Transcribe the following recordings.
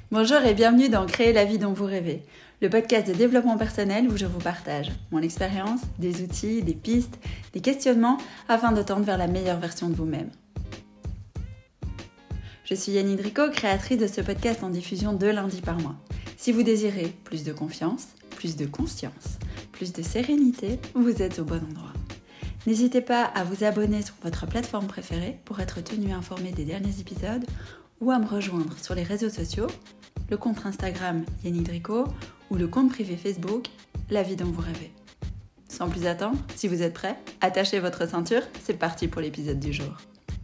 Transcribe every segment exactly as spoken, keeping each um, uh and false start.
Bonjour et bienvenue dans Créer la vie dont vous rêvez, le podcast de développement personnel où je vous partage mon expérience, des outils, des pistes, des questionnements afin de tendre vers la meilleure version de vous-même. Je suis Yanni Dricot, créatrice de ce podcast en diffusion deux lundis par mois. Si vous désirez plus de confiance, plus de conscience, plus de sérénité, vous êtes au bon endroit. N'hésitez pas à vous abonner sur votre plateforme préférée pour être tenu informé des derniers épisodes ou à me rejoindre sur les réseaux sociaux, le compte Instagram Yanni Dricot ou le compte privé Facebook La vie dont vous rêvez. Sans plus attendre, si vous êtes prêts, attachez votre ceinture, c'est parti pour l'épisode du jour.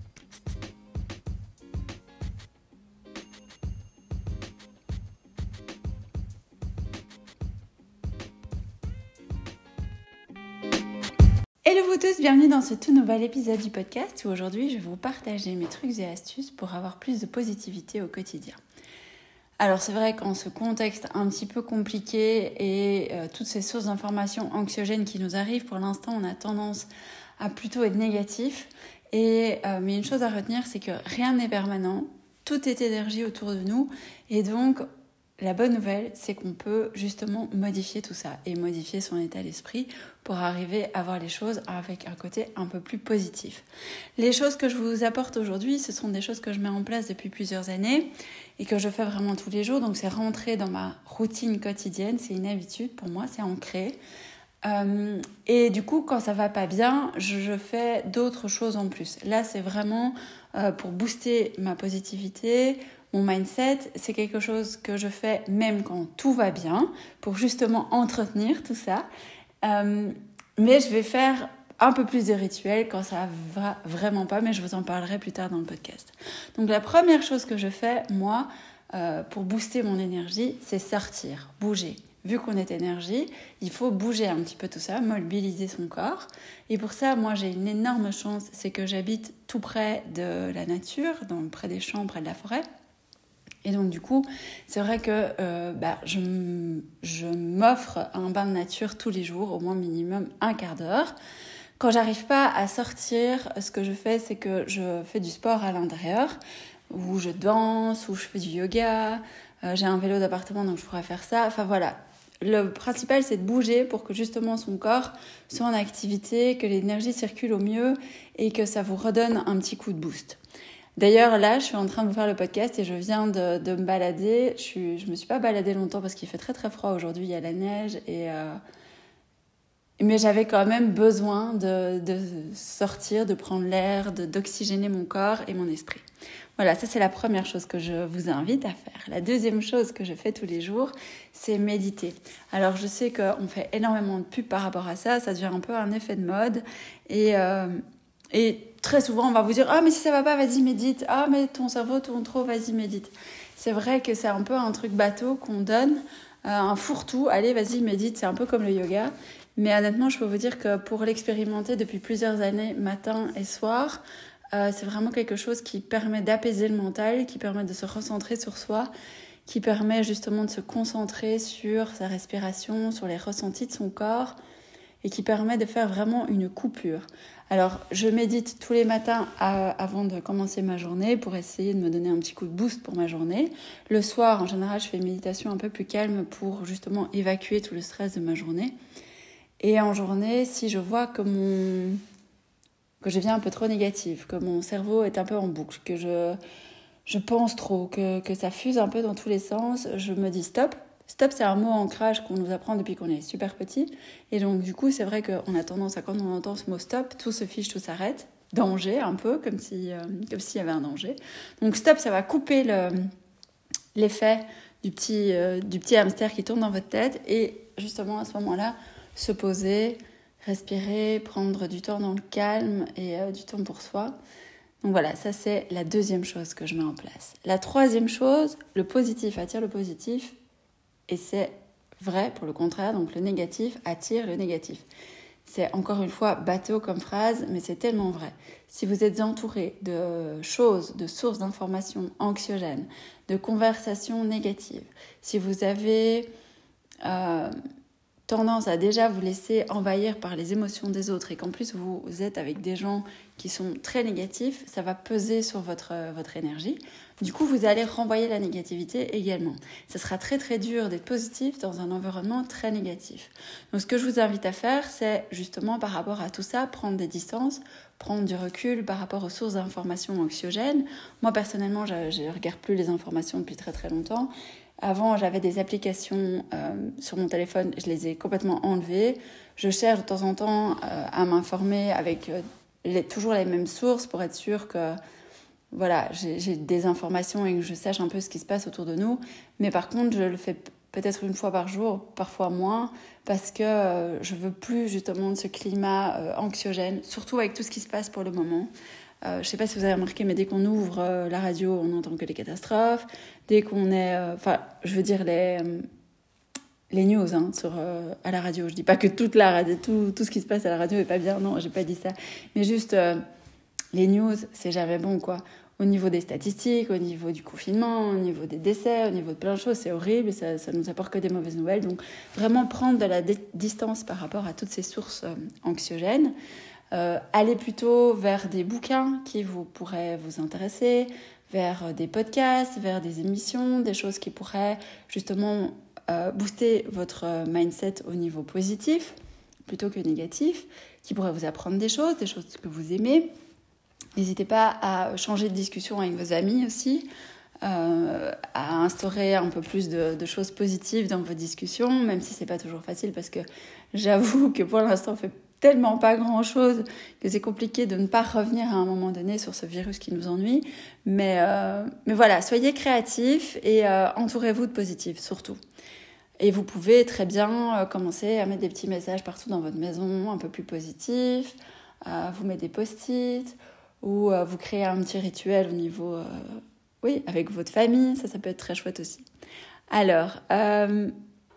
Hello vous tous, bienvenue dans ce tout nouvel épisode du podcast où aujourd'hui je vais vous partager mes trucs et astuces pour avoir plus de positivité au quotidien. Alors c'est vrai qu'en ce contexte un petit peu compliqué et euh, toutes ces sources d'informations anxiogènes qui nous arrivent, pour l'instant on a tendance à plutôt être négatif. Et, euh, mais une chose à retenir, c'est que rien n'est permanent, tout est énergie autour de nous et donc la bonne nouvelle, c'est qu'on peut justement modifier tout ça et modifier son état d'esprit pour arriver à voir les choses avec un côté un peu plus positif. Les choses que je vous apporte aujourd'hui, ce sont des choses que je mets en place depuis plusieurs années et que je fais vraiment tous les jours. Donc c'est rentré dans ma routine quotidienne, c'est une habitude pour moi, c'est ancré. Euh, et du coup, quand ça va pas bien, je, je fais d'autres choses en plus. Là, c'est vraiment euh, pour booster ma positivité. Mon mindset, c'est quelque chose que je fais même quand tout va bien, pour justement entretenir tout ça. Euh, mais je vais faire un peu plus de rituels quand ça va vraiment pas, mais je vous en parlerai plus tard dans le podcast. Donc la première chose que je fais, moi, euh, pour booster mon énergie, c'est sortir, bouger. Vu qu'on est énergie, il faut bouger un petit peu tout ça, mobiliser son corps. Et pour ça, moi, j'ai une énorme chance, c'est que j'habite tout près de la nature, donc près des champs, près de la forêt. Et donc du coup, c'est vrai que euh, bah, je, je m'offre un bain de nature tous les jours, au moins minimum un quart d'heure. Quand j'arrive pas à sortir, ce que je fais, c'est que je fais du sport à l'intérieur, où je danse, où je fais du yoga. Euh, j'ai un vélo d'appartement, donc je pourrais faire ça. Enfin voilà, le principal, c'est de bouger pour que justement son corps soit en activité, que l'énergie circule au mieux et que ça vous redonne un petit coup de boost. D'ailleurs, là, je suis en train de vous faire le podcast et je viens de, de me balader. Je suis, je me suis pas baladée longtemps parce qu'il fait très très froid aujourd'hui, il y a la neige. Et, euh... Mais j'avais quand même besoin de, de sortir, de prendre l'air, de, d'oxygéner mon corps et mon esprit. Voilà, ça c'est la première chose que je vous invite à faire. La deuxième chose que je fais tous les jours, c'est méditer. Alors je sais qu'on fait énormément de pubs par rapport à ça, ça devient un peu un effet de mode. Et... Euh... Et très souvent, on va vous dire « Ah, mais si ça va pas, vas-y, médite. Ah, mais ton cerveau tourne trop, vas-y, médite. » C'est vrai que c'est un peu un truc bateau qu'on donne, euh, un fourre-tout. Allez, vas-y, médite. C'est un peu comme le yoga. Mais honnêtement, je peux vous dire que pour l'expérimenter depuis plusieurs années, matin et soir, euh, c'est vraiment quelque chose qui permet d'apaiser le mental, qui permet de se recentrer sur soi, qui permet justement de se concentrer sur sa respiration, sur les ressentis de son corps, et qui permet de faire vraiment une coupure. Alors, je médite tous les matins à, avant de commencer ma journée pour essayer de me donner un petit coup de boost pour ma journée. Le soir, en général, je fais une méditation un peu plus calme pour justement évacuer tout le stress de ma journée. Et en journée, si je vois que, mon... que je deviens un peu trop négative, que mon cerveau est un peu en boucle, que je, je pense trop, que, que ça fuse un peu dans tous les sens, je me dis stop. Stop, c'est un mot ancrage qu'on nous apprend depuis qu'on est super petit. Et donc, du coup, c'est vrai qu'on a tendance à, quand on entend ce mot stop, tout se fiche, tout s'arrête. Danger, un peu, comme si, euh, comme s'il y avait un danger. Donc, stop, ça va couper le, l'effet du petit, euh, du petit hamster qui tourne dans votre tête. Et justement, à ce moment-là, se poser, respirer, prendre du temps dans le calme et euh, du temps pour soi. Donc voilà, ça c'est la deuxième chose que je mets en place. La troisième chose, le positif attire le positif. Et c'est vrai pour le contraire, donc le négatif attire le négatif. C'est encore une fois bateau comme phrase, mais c'est tellement vrai. Si vous êtes entouré de choses, de sources d'informations anxiogènes, de conversations négatives, si vous avez euh, tendance à déjà vous laisser envahir par les émotions des autres et qu'en plus vous êtes avec des gens qui sont très négatifs, ça va peser sur votre, votre énergie. Du coup, vous allez renvoyer la négativité également. Ce sera très très dur d'être positif dans un environnement très négatif. Donc ce que je vous invite à faire, c'est justement par rapport à tout ça, prendre des distances, prendre du recul par rapport aux sources d'informations anxiogènes. Moi personnellement, je ne regarde plus les informations depuis très très longtemps. Avant, j'avais des applications euh, sur mon téléphone, je les ai complètement enlevées. Je cherche de temps en temps euh, à m'informer avec euh, les, toujours les mêmes sources pour être sûre que voilà, j'ai, j'ai des informations et que je sache un peu ce qui se passe autour de nous. Mais par contre, je le fais peut-être une fois par jour, parfois moins, parce que euh, je veux plus justement de ce climat euh, anxiogène, surtout avec tout ce qui se passe pour le moment. Euh, je ne sais pas si vous avez remarqué, mais dès qu'on ouvre euh, la radio, on n'entend que les catastrophes. Dès qu'on est... Enfin, euh, je veux dire les, euh, les news hein, sur, euh, à la radio. Je ne dis pas que toute la radio, tout, tout ce qui se passe à la radio n'est pas bien. Non, je n'ai pas dit ça. Mais juste, euh, les news, c'est jamais bon, quoi. Au niveau des statistiques, au niveau du confinement, au niveau des décès, au niveau de plein de choses, c'est horrible et ça, ça nous apporte que des mauvaises nouvelles. Donc, vraiment prendre de la d- distance par rapport à toutes ces sources euh, anxiogènes. Euh, aller plutôt vers des bouquins qui vous pourraient vous intéresser, vers des podcasts, vers des émissions, des choses qui pourraient justement euh, booster votre mindset au niveau positif plutôt que négatif, qui pourraient vous apprendre des choses, des choses que vous aimez. N'hésitez pas à changer de discussion avec vos amis aussi, euh, à instaurer un peu plus de, de choses positives dans vos discussions, même si c'est pas toujours facile parce que j'avoue que pour l'instant on fait tellement pas grand-chose que c'est compliqué de ne pas revenir à un moment donné sur ce virus qui nous ennuie. Mais, euh, mais voilà, soyez créatifs et euh, entourez-vous de positifs, surtout. Et vous pouvez très bien euh, commencer à mettre des petits messages partout dans votre maison, un peu plus positifs, euh, vous mettez des post-it, ou euh, vous créez un petit rituel au niveau... Euh, oui, avec votre famille, ça, ça peut être très chouette aussi. Alors... Euh,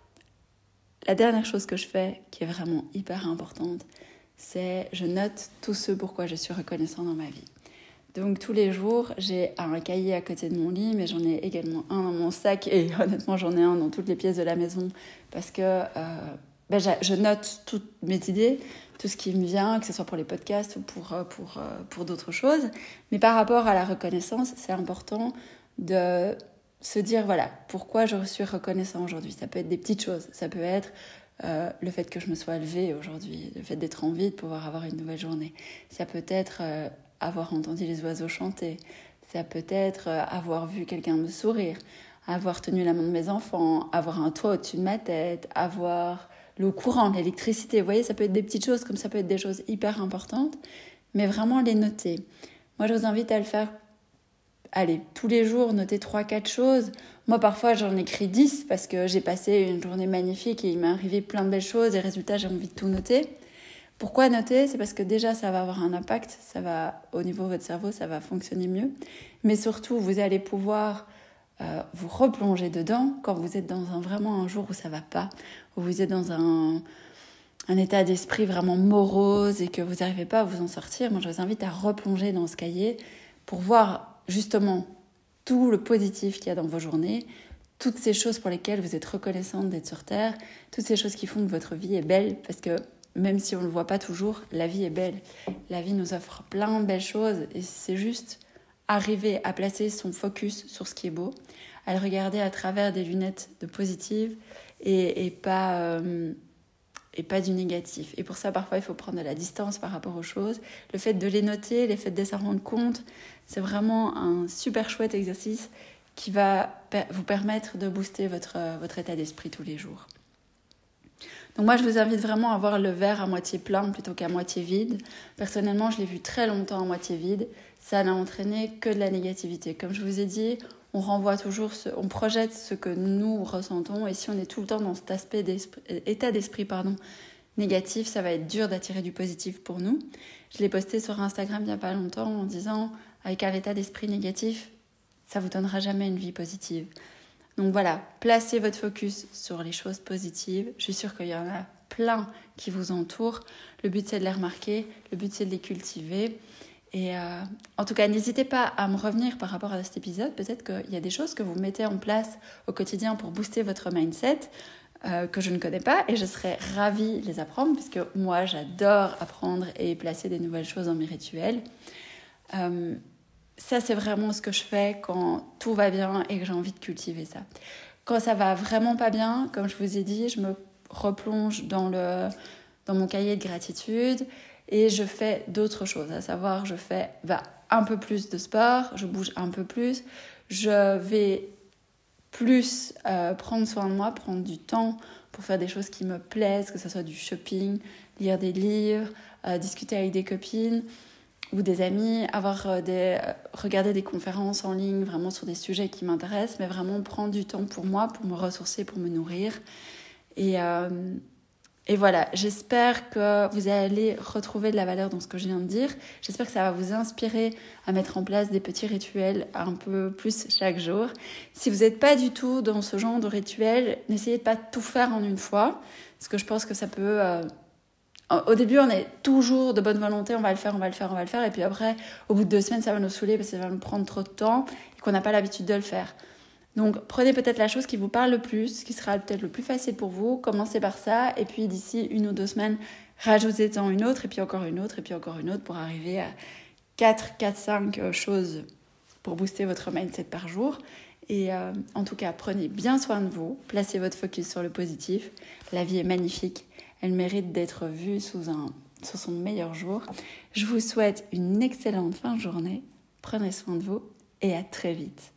La dernière chose que je fais, qui est vraiment hyper importante, c'est je note tout ce pourquoi je suis reconnaissant dans ma vie. Donc tous les jours, j'ai un cahier à côté de mon lit, mais j'en ai également un dans mon sac et honnêtement j'en ai un dans toutes les pièces de la maison parce que euh, ben, je note toutes mes idées, tout ce qui me vient, que ce soit pour les podcasts ou pour, pour, pour d'autres choses. Mais par rapport à la reconnaissance, c'est important de... se dire, voilà, pourquoi je suis reconnaissant aujourd'hui. Ça peut être des petites choses. Ça peut être euh, le fait que je me sois levée aujourd'hui, le fait d'être en vie, de pouvoir avoir une nouvelle journée. Ça peut être euh, avoir entendu les oiseaux chanter. Ça peut être euh, avoir vu quelqu'un me sourire, avoir tenu la main de mes enfants, avoir un toit au-dessus de ma tête, avoir l'eau courante, l'électricité. Vous voyez, ça peut être des petites choses comme ça peut être des choses hyper importantes, mais vraiment les noter. Moi, je vous invite à le faire. Allez, tous les jours, noter trois quatre choses. Moi, parfois, j'en écris dix parce que j'ai passé une journée magnifique et il m'est arrivé plein de belles choses et résultat, j'ai envie de tout noter. Pourquoi noter ? C'est parce que déjà, ça va avoir un impact. Ça va, au niveau de votre cerveau, ça va fonctionner mieux. Mais surtout, vous allez pouvoir euh, vous replonger dedans quand vous êtes dans un, vraiment un jour où ça va pas, où vous êtes dans un, un état d'esprit vraiment morose et que vous n'arrivez pas à vous en sortir. Moi, je vous invite à replonger dans ce cahier pour voir justement tout le positif qu'il y a dans vos journées, toutes ces choses pour lesquelles vous êtes reconnaissante d'être sur Terre, toutes ces choses qui font que votre vie est belle, parce que même si on ne le voit pas toujours, la vie est belle. La vie nous offre plein de belles choses et c'est juste arriver à placer son focus sur ce qui est beau, à le regarder à travers des lunettes de positive et, et pas... Euh, et pas du négatif. Et pour ça, parfois, il faut prendre de la distance par rapport aux choses. Le fait de les noter, le fait de s'en rendre compte, c'est vraiment un super chouette exercice qui va vous permettre de booster votre, votre état d'esprit tous les jours. Donc moi, je vous invite vraiment à voir le verre à moitié plein plutôt qu'à moitié vide. Personnellement, je l'ai vu très longtemps à moitié vide. Ça n'a entraîné que de la négativité. Comme je vous ai dit, on renvoie toujours, ce, on projette ce que nous ressentons. Et si on est tout le temps dans cet aspect d'esprit, état d'esprit pardon, négatif, ça va être dur d'attirer du positif pour nous. Je l'ai posté sur Instagram il n'y a pas longtemps en disant, avec un état d'esprit négatif, ça ne vous donnera jamais une vie positive. Donc voilà, placez votre focus sur les choses positives. Je suis sûre qu'il y en a plein qui vous entourent. Le but, c'est de les remarquer. Le but, c'est de les cultiver. Et euh, en tout cas, n'hésitez pas à me revenir par rapport à cet épisode. Peut-être qu'il y a des choses que vous mettez en place au quotidien pour booster votre mindset euh, que je ne connais pas. Et je serais ravie de les apprendre puisque moi, j'adore apprendre et placer des nouvelles choses dans mes rituels. Euh, ça, c'est vraiment ce que je fais quand tout va bien et que j'ai envie de cultiver ça. Quand ça va vraiment pas bien, comme je vous ai dit, je me replonge dans, le, dans mon cahier de gratitude et je fais d'autres choses. À savoir, je fais bah, un peu plus de sport, je bouge un peu plus, je vais plus euh, prendre soin de moi, prendre du temps pour faire des choses qui me plaisent, que ce soit du shopping, lire des livres, euh, discuter avec des copines ou des amis, avoir euh, des, euh, regarder des conférences en ligne vraiment sur des sujets qui m'intéressent, mais vraiment prendre du temps pour moi, pour me ressourcer, pour me nourrir. Et, euh, et voilà, j'espère que vous allez retrouver de la valeur dans ce que je viens de dire. J'espère que ça va vous inspirer à mettre en place des petits rituels un peu plus chaque jour. Si vous n'êtes pas du tout dans ce genre de rituel, n'essayez de pas tout faire en une fois, parce que je pense que ça peut... Euh, Au début, on est toujours de bonne volonté, on va le faire, on va le faire, on va le faire. Et puis après, au bout de deux semaines, ça va nous saouler parce que ça va nous prendre trop de temps et qu'on n'a pas l'habitude de le faire. Donc, prenez peut-être la chose qui vous parle le plus, qui sera peut-être le plus facile pour vous. Commencez par ça. Et puis, d'ici une ou deux semaines, rajoutez-en une autre, et puis encore une autre, et puis encore une autre pour arriver à quatre, quatre, cinq choses pour booster votre mindset par jour. Et euh, en tout cas, prenez bien soin de vous. Placez votre focus sur le positif. La vie est magnifique. Elle mérite d'être vue sous, un, sous son meilleur jour. Je vous souhaite une excellente fin de journée. Prenez soin de vous et à très vite.